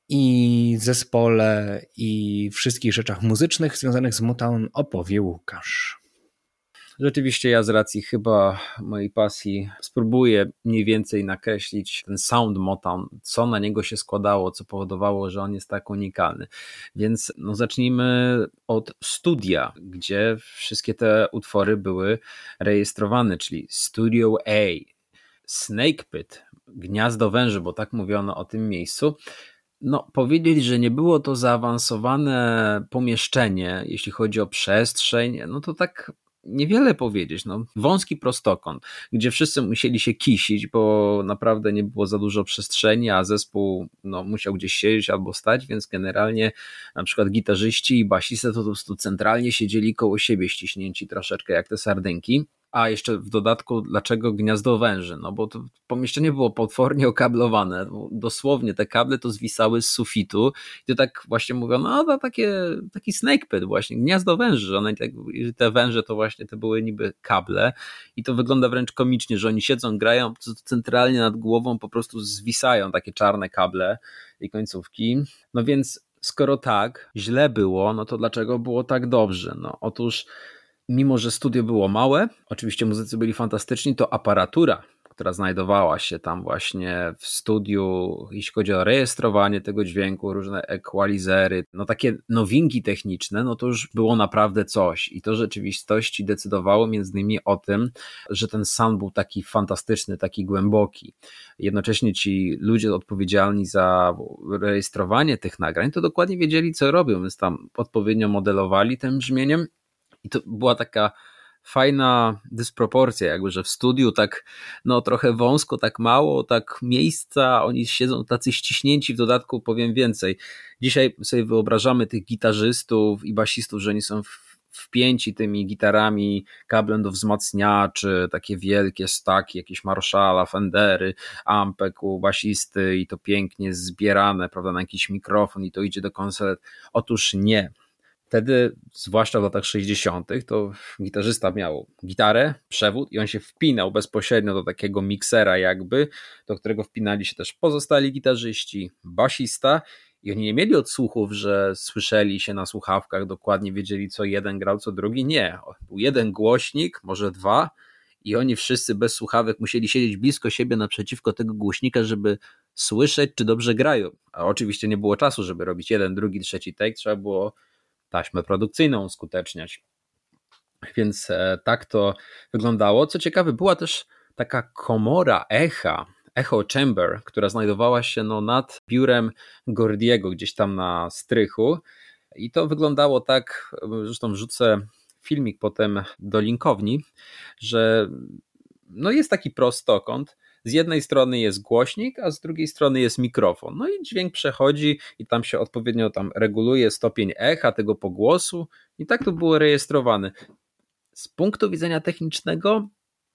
i zespole i wszystkich rzeczach muzycznych związanych z Motown opowie Łukasz. Rzeczywiście ja z racji chyba mojej pasji spróbuję mniej więcej nakreślić ten sound Motown, co na niego się składało, co powodowało, że on jest tak unikalny. Więc no zacznijmy od studia, gdzie wszystkie te utwory były rejestrowane, czyli Studio A, Snake Pit, Gniazdo Węży, bo tak mówiono o tym miejscu. No, powiedzieć, że nie było to zaawansowane pomieszczenie, jeśli chodzi o przestrzeń, no to tak niewiele powiedzieć. No, wąski prostokąt, gdzie wszyscy musieli się kisić, bo naprawdę nie było za dużo przestrzeni, a zespół no, musiał gdzieś siedzieć albo stać, więc generalnie na przykład gitarzyści i basisty to po prostu centralnie siedzieli koło siebie, ściśnięci troszeczkę jak te sardynki. A jeszcze w dodatku, dlaczego Gniazdo Węży? No bo to pomieszczenie było potwornie okablowane. Dosłownie te kable to zwisały z sufitu i to tak właśnie mówiono, no to takie, taki snake pit właśnie, Gniazdo Węży. One, te węże to właśnie to były niby kable i to wygląda wręcz komicznie, że oni siedzą, grają, centralnie nad głową po prostu zwisają takie czarne kable i końcówki. No więc skoro tak źle było, no to dlaczego było tak dobrze? No otóż mimo że studio było małe, oczywiście muzycy byli fantastyczni, to aparatura, która znajdowała się tam właśnie w studiu, jeśli chodzi o rejestrowanie tego dźwięku, różne equalizery, no takie nowinki techniczne, no to już było naprawdę coś i to w rzeczywistości decydowało między innymi o tym, że ten sound był taki fantastyczny, taki głęboki. Jednocześnie ci ludzie odpowiedzialni za rejestrowanie tych nagrań, to dokładnie wiedzieli, co robią, więc tam odpowiednio modelowali tym brzmieniem. I to była taka fajna dysproporcja, jakby, że w studiu tak no trochę wąsko, tak mało, tak miejsca, oni siedzą tacy ściśnięci, w dodatku powiem więcej. Dzisiaj sobie wyobrażamy tych gitarzystów i basistów, że oni są wpięci tymi gitarami, kablem do wzmacniaczy, takie wielkie staki, jakieś Marshalla, Fendery, ampek u basisty i to pięknie zbierane, prawda, na jakiś mikrofon i to idzie do konsolet. Otóż nie. Wtedy, zwłaszcza w latach sześćdziesiątych, to gitarzysta miał gitarę, przewód i on się wpinał bezpośrednio do takiego miksera jakby, do którego wpinali się też pozostali gitarzyści, basista i oni nie mieli odsłuchów, że słyszeli się na słuchawkach, dokładnie wiedzieli co jeden grał, co drugi. Nie, był jeden głośnik, może dwa i oni wszyscy bez słuchawek musieli siedzieć blisko siebie naprzeciwko tego głośnika, żeby słyszeć, czy dobrze grają. A oczywiście nie było czasu, żeby robić jeden, drugi, trzeci take, trzeba było taśmę produkcyjną uskuteczniać. Więc tak to wyglądało. Co ciekawe, była też taka komora echa, echo chamber, która znajdowała się no nad biurem Gordiego, gdzieś tam na strychu i to wyglądało tak, zresztą wrzucę filmik potem do linkowni, że no jest taki prostokąt, z jednej strony jest głośnik, a z drugiej strony jest mikrofon. No i dźwięk przechodzi i tam się odpowiednio tam reguluje stopień echa tego pogłosu i tak to było rejestrowane. Z punktu widzenia technicznego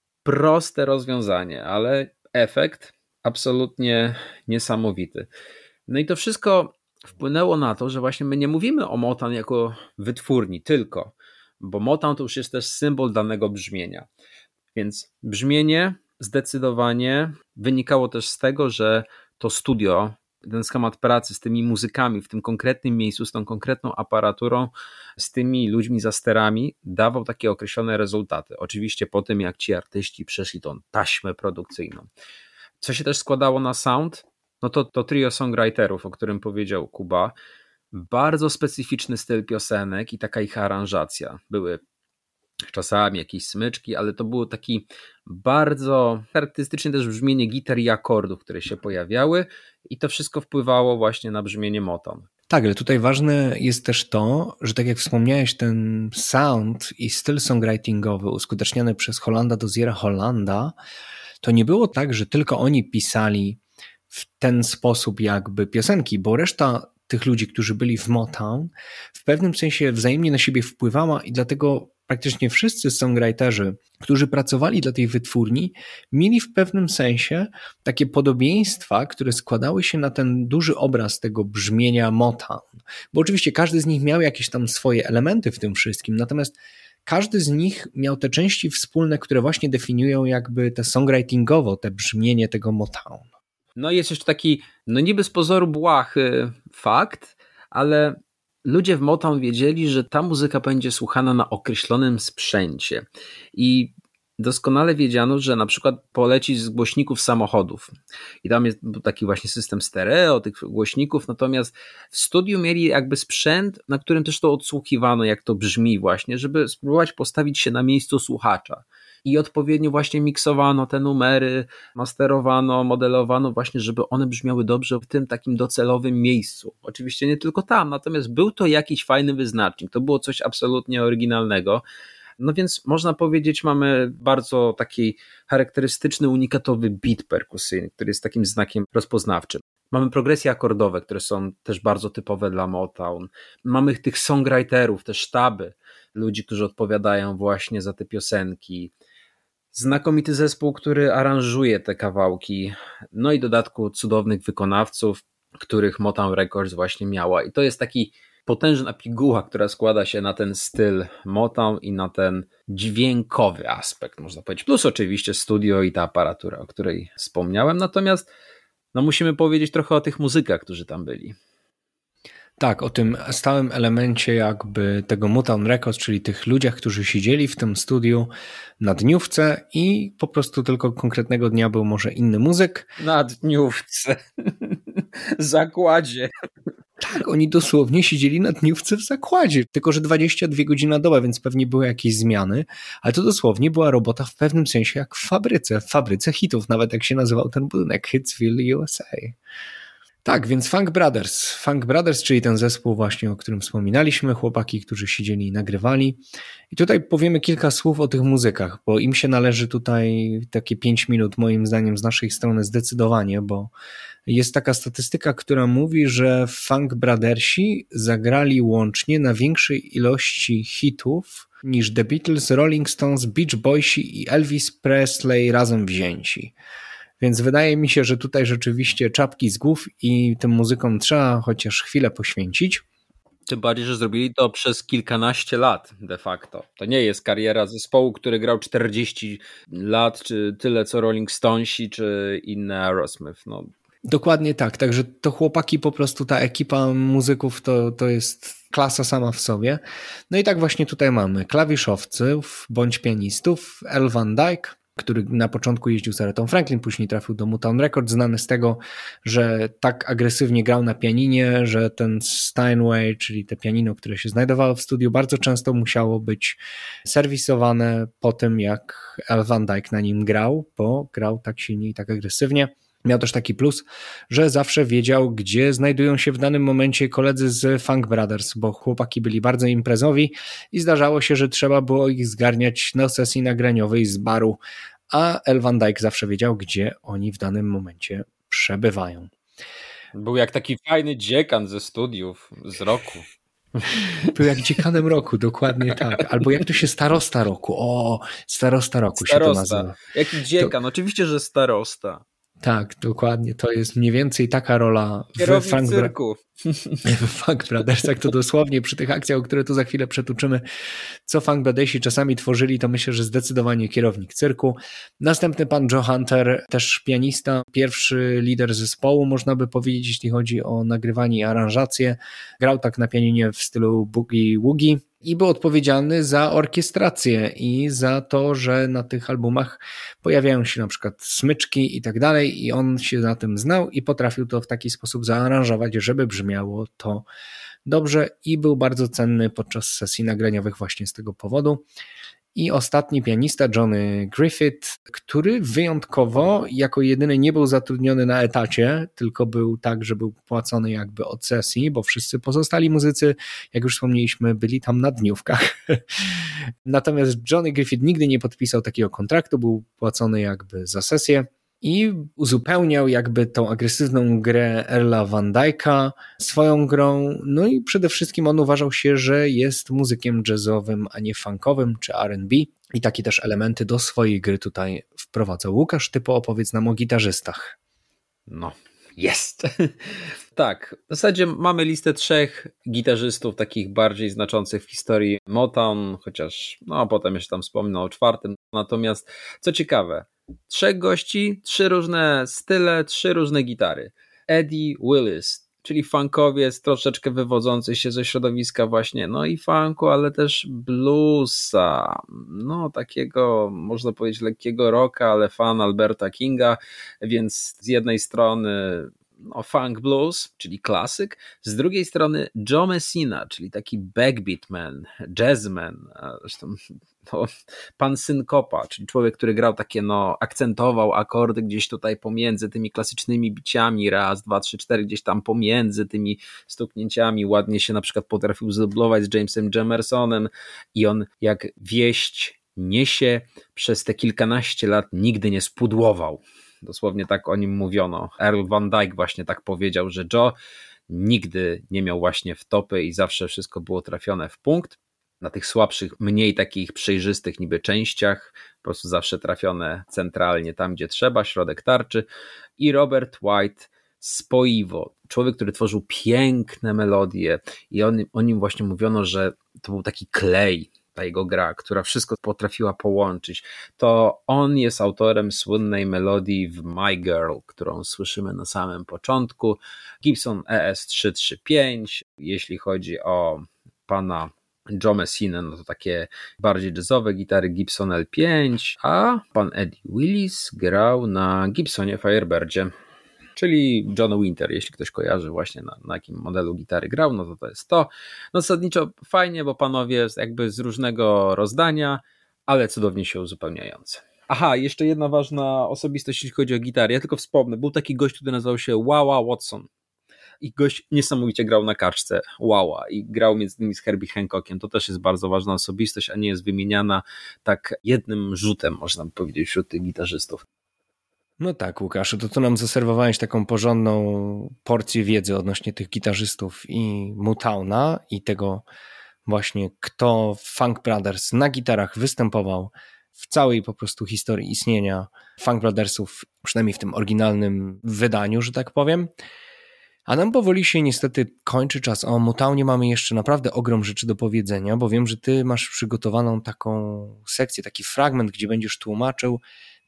proste rozwiązanie, ale efekt absolutnie niesamowity. No i to wszystko wpłynęło na to, że właśnie my nie mówimy o Motown jako wytwórni tylko, bo Motown to już jest też symbol danego brzmienia. Więc brzmienie zdecydowanie wynikało też z tego, że to studio, ten schemat pracy z tymi muzykami w tym konkretnym miejscu, z tą konkretną aparaturą, z tymi ludźmi za sterami dawał takie określone rezultaty. Oczywiście po tym, jak ci artyści przeszli tą taśmę produkcyjną. Co się też składało na sound? No to, to trio songwriterów, o którym powiedział Kuba. Bardzo specyficzny styl piosenek i taka ich aranżacja. Były czasami jakieś smyczki, ale to było taki bardzo charakterystyczne też brzmienie gitar i akordów, które się pojawiały i to wszystko wpływało właśnie na brzmienie Motown. Tak, ale tutaj ważne jest też to, że tak jak wspomniałeś, ten sound i styl songwritingowy uskuteczniony przez Hollanda Doziera Hollanda, to nie było tak, że tylko oni pisali w ten sposób jakby piosenki, bo reszta tych ludzi, którzy byli w Motown, w pewnym sensie wzajemnie na siebie wpływała i dlatego praktycznie wszyscy songwriterzy, którzy pracowali dla tej wytwórni, mieli w pewnym sensie takie podobieństwa, które składały się na ten duży obraz tego brzmienia Motown. Bo oczywiście każdy z nich miał jakieś tam swoje elementy w tym wszystkim, natomiast każdy z nich miał te części wspólne, które właśnie definiują jakby te songwritingowo, te brzmienie tego Motown. No jest jeszcze taki, no niby z pozoru błahy fakt, ale ludzie w Motown wiedzieli, że ta muzyka będzie słuchana na określonym sprzęcie i doskonale wiedziano, że na przykład poleci z głośników samochodów i tam jest taki właśnie system stereo tych głośników, natomiast w studiu mieli jakby sprzęt, na którym też to odsłuchiwano, jak to brzmi właśnie, żeby spróbować postawić się na miejscu słuchacza. I odpowiednio właśnie miksowano te numery, masterowano, modelowano właśnie, żeby one brzmiały dobrze w tym takim docelowym miejscu. Oczywiście nie tylko tam, natomiast był to jakiś fajny wyznacznik. To było coś absolutnie oryginalnego. No więc można powiedzieć, mamy bardzo taki charakterystyczny, unikatowy beat perkusyjny, który jest takim znakiem rozpoznawczym. Mamy progresje akordowe, które są też bardzo typowe dla Motown. Mamy tych songwriterów, te sztaby, ludzi, którzy odpowiadają właśnie za te piosenki. Znakomity zespół, który aranżuje te kawałki. No i w dodatku cudownych wykonawców, których Motown Records właśnie miała. I to jest taki potężna piguła, która składa się na ten styl Motown i na ten dźwiękowy aspekt, można powiedzieć. Plus oczywiście studio i ta aparatura, o której wspomniałem. Natomiast no musimy powiedzieć trochę o tych muzykach, którzy tam byli. Tak, o tym stałym elemencie jakby tego Motown Records, czyli tych ludziach, którzy siedzieli w tym studiu na dniówce i po prostu tylko konkretnego dnia był może inny muzyk. Na dniówce. Zakładzie. Tak, oni dosłownie siedzieli na dniówce w zakładzie, tylko że dwadzieścia dwie godziny na dobę, więc pewnie były jakieś zmiany, ale to dosłownie była robota w pewnym sensie jak w fabryce, w fabryce hitów, nawet jak się nazywał ten budynek, Hitsville U S A. Tak, więc Funk Brothers. Funk Brothers, czyli ten zespół właśnie, o którym wspominaliśmy, chłopaki, którzy siedzieli i nagrywali. I tutaj powiemy kilka słów o tych muzykach, bo im się należy tutaj takie pięć minut moim zdaniem z naszej strony zdecydowanie, bo jest taka statystyka, która mówi, że Funk Brothersi zagrali łącznie na większej ilości hitów niż The Beatles, Rolling Stones, Beach Boysi i Elvis Presley razem wzięci. Więc wydaje mi się, że tutaj rzeczywiście czapki z głów i tym muzykom trzeba chociaż chwilę poświęcić. Tym bardziej, że zrobili to przez kilkanaście lat de facto. To nie jest kariera zespołu, który grał czterdzieści lat, czy tyle co Rolling Stonesi, czy inne Aerosmith. No. Dokładnie tak, także to chłopaki po prostu, ta ekipa muzyków to, to jest klasa sama w sobie. No i tak właśnie tutaj mamy klawiszowców bądź pianistów, Earl Van Dyke, który na początku jeździł z Aretą Franklin, później trafił do Motown Records, znany z tego, że tak agresywnie grał na pianinie, że ten Steinway, czyli te pianino, które się znajdowało w studiu, bardzo często musiało być serwisowane po tym, jak Earl Van Dyke na nim grał, bo grał tak silnie i tak agresywnie. Miał też taki plus, że zawsze wiedział, gdzie znajdują się w danym momencie koledzy z Funk Brothers, bo chłopaki byli bardzo imprezowi i zdarzało się, że trzeba było ich zgarniać na sesji nagraniowej z baru, a Earl Van Dyke zawsze wiedział, gdzie oni w danym momencie przebywają. Był jak taki fajny dziekan ze studiów z roku. Był jak dziekanem roku, dokładnie tak. Albo jak to się starosta roku. O, starosta roku starosta. się to nazywa. Jaki dziekan? To... Oczywiście, że starosta. Tak, dokładnie. To jest mniej więcej taka rola w Funk cyrku. W Funk Brothersach, to dosłownie przy tych akcjach, o które tu za chwilę przetuczymy, co Funk Brothersi czasami tworzyli, to myślę, że zdecydowanie kierownik cyrku. Następny pan Joe Hunter, też pianista, pierwszy lider zespołu, można by powiedzieć, jeśli chodzi o nagrywanie i aranżację. Grał tak na pianinie w stylu boogie woogie i był odpowiedzialny za orkiestrację i za to, że na tych albumach pojawiają się na przykład smyczki i tak dalej i on się na tym znał i potrafił to w taki sposób zaaranżować, żeby brzmiało to dobrze i był bardzo cenny podczas sesji nagraniowych właśnie z tego powodu. I ostatni pianista, Johnny Griffith, który wyjątkowo jako jedyny nie był zatrudniony na etacie, tylko był tak, że był płacony jakby od sesji, bo wszyscy pozostali muzycy, jak już wspomnieliśmy, byli tam na dniówkach. Natomiast Johnny Griffith nigdy nie podpisał takiego kontraktu, był płacony jakby za sesję i uzupełniał jakby tą agresywną grę Earla Van Dyke'a swoją grą, no i przede wszystkim on uważał się, że jest muzykiem jazzowym, a nie funkowym czy R and B i takie też elementy do swojej gry tutaj wprowadzał. Łukasz, ty poopowiedz nam o gitarzystach. No, jest! Tak, w zasadzie mamy listę trzech gitarzystów takich bardziej znaczących w historii Motown, chociaż no potem jeszcze tam wspomnę o czwartym. Natomiast co ciekawe, Trzech gości, trzy różne style, trzy różne gitary. Eddie Willis, czyli funkowiec troszeczkę wywodzący się ze środowiska właśnie, no i funku, ale też bluesa, no takiego można powiedzieć lekkiego rocka, ale fan Alberta Kinga, więc z jednej strony no, funk blues, czyli klasyk, z drugiej strony Joe Messina, czyli taki backbeatman, jazzman, zresztą to pan synkopa, czyli człowiek, który grał takie, no, akcentował akordy gdzieś tutaj pomiędzy tymi klasycznymi biciami, raz, dwa, trzy, cztery, gdzieś tam pomiędzy tymi stuknięciami, ładnie się na przykład potrafił zdublować z Jamesem Jamersonem i on jak wieść niesie przez te kilkanaście lat nigdy nie spudłował. Dosłownie tak o nim mówiono. Earl Van Dyke właśnie tak powiedział, że Joe nigdy nie miał właśnie wtopy i zawsze wszystko było trafione w punkt. Na tych słabszych, mniej takich przejrzystych niby częściach, po prostu zawsze trafione centralnie tam, gdzie trzeba, środek tarczy. I Robert White spoiwo, człowiek, który tworzył piękne melodie i on, o nim właśnie mówiono, że to był taki klej, ta jego gra, która wszystko potrafiła połączyć. To on jest autorem słynnej melodii w My Girl, którą słyszymy na samym początku. Gibson E S trzysta trzydzieści pięć, jeśli chodzi o pana Joe Messina, no to takie bardziej jazzowe gitary Gibson L pięć, a pan Eddie Willis grał na Gibsonie Firebirdzie, czyli John Winter, jeśli ktoś kojarzy właśnie na, na jakim modelu gitary grał, no to to jest to. No zasadniczo fajnie, bo panowie jakby z różnego rozdania, ale cudownie się uzupełniające. Aha, jeszcze jedna ważna osobistość, jeśli chodzi o gitarę, ja tylko wspomnę, był taki gość, który nazywał się Wawa Watson. I gość niesamowicie grał na kaczce Wała i grał między innymi z Herbie Hancockiem. To też jest bardzo ważna osobistość, a nie jest wymieniana tak jednym rzutem, można by powiedzieć, wśród tych gitarzystów. No tak, Łukaszu, to tu nam zaserwowałeś taką porządną porcję wiedzy odnośnie tych gitarzystów i Motowna i tego właśnie, kto w Funk Brothers na gitarach występował w całej po prostu historii istnienia Funk Brothersów, przynajmniej w tym oryginalnym wydaniu, że tak powiem. A nam powoli się niestety kończy czas. O Motownie mamy jeszcze naprawdę ogrom rzeczy do powiedzenia, bo wiem, że ty masz przygotowaną taką sekcję, taki fragment, gdzie będziesz tłumaczył,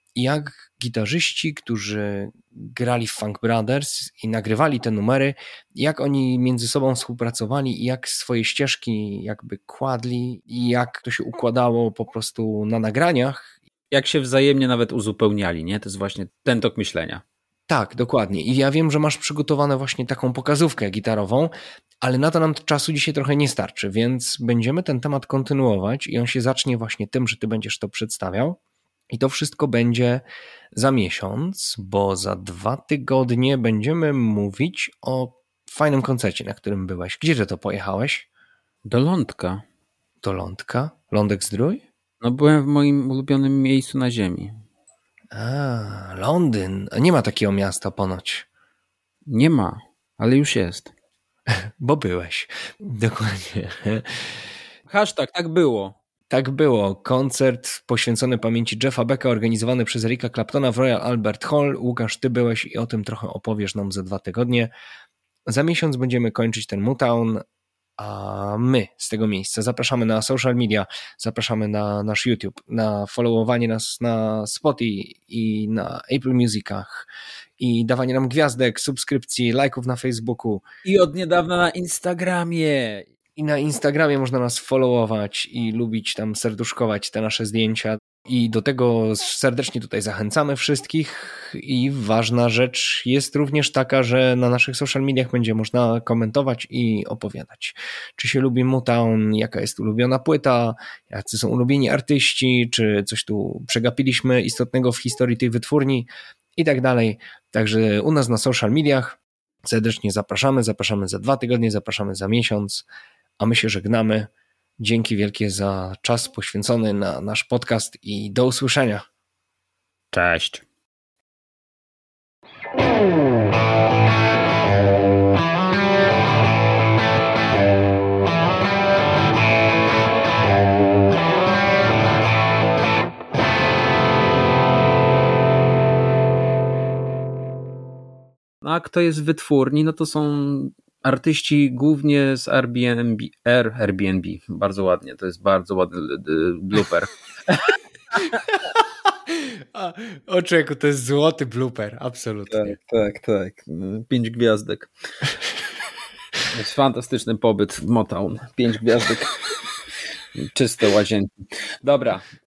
jak gitarzyści, którzy grali w Funk Brothers i nagrywali te numery, jak oni między sobą współpracowali i jak swoje ścieżki jakby kładli i jak to się układało po prostu na nagraniach. Jak się wzajemnie nawet uzupełniali, nie? To jest właśnie ten tok myślenia. Tak, dokładnie. I ja wiem, że masz przygotowane właśnie taką pokazówkę gitarową, ale na to nam czasu dzisiaj trochę nie starczy, więc będziemy ten temat kontynuować i on się zacznie właśnie tym, że ty będziesz to przedstawiał. I to wszystko będzie za miesiąc, bo za dwa tygodnie będziemy mówić o fajnym koncercie, na którym byłeś. Gdzie ty to pojechałeś? Do Lądka. Do Lądka? Lądek Zdrój? No byłem w moim ulubionym miejscu na ziemi. A, Londyn. A nie ma takiego miasta ponoć. Nie ma, ale już jest. Bo byłeś. Dokładnie. Hashtag tak było. Tak było. Koncert poświęcony pamięci Jeffa Becka, organizowany przez Erika Claptona w Royal Albert Hall. Łukasz, ty byłeś i o tym trochę opowiesz nam za dwa tygodnie. Za miesiąc będziemy kończyć ten Motown, a my z tego miejsca zapraszamy na social media, zapraszamy na nasz YouTube, na followowanie nas na Spotify i na Apple Musicach i dawanie nam gwiazdek, subskrypcji, lajków na Facebooku. I od niedawna na Instagramie. I na Instagramie można nas followować i lubić tam serduszkować te nasze zdjęcia. I do tego serdecznie tutaj zachęcamy wszystkich. I ważna rzecz jest również taka, że na naszych social mediach będzie można komentować i opowiadać. Czy się lubi Motown, jaka jest ulubiona płyta, jacy są ulubieni artyści, czy coś tu przegapiliśmy istotnego w historii tej wytwórni i tak dalej. Także u nas na social mediach serdecznie zapraszamy. Zapraszamy za dwa tygodnie, zapraszamy za miesiąc. A my się żegnamy. Dzięki wielkie za czas poświęcony na nasz podcast i do usłyszenia. Cześć. A kto jest w wytwórni, no to są artyści głównie z Airbnb, Air, Airbnb, bardzo ładnie, to jest bardzo ładny blooper. A, o człowieku, to jest złoty blooper, absolutnie. Tak, tak, tak. Pięć gwiazdek. To jest fantastyczny pobyt w Motown. Pięć gwiazdek. Czyste łazienki. Dobra,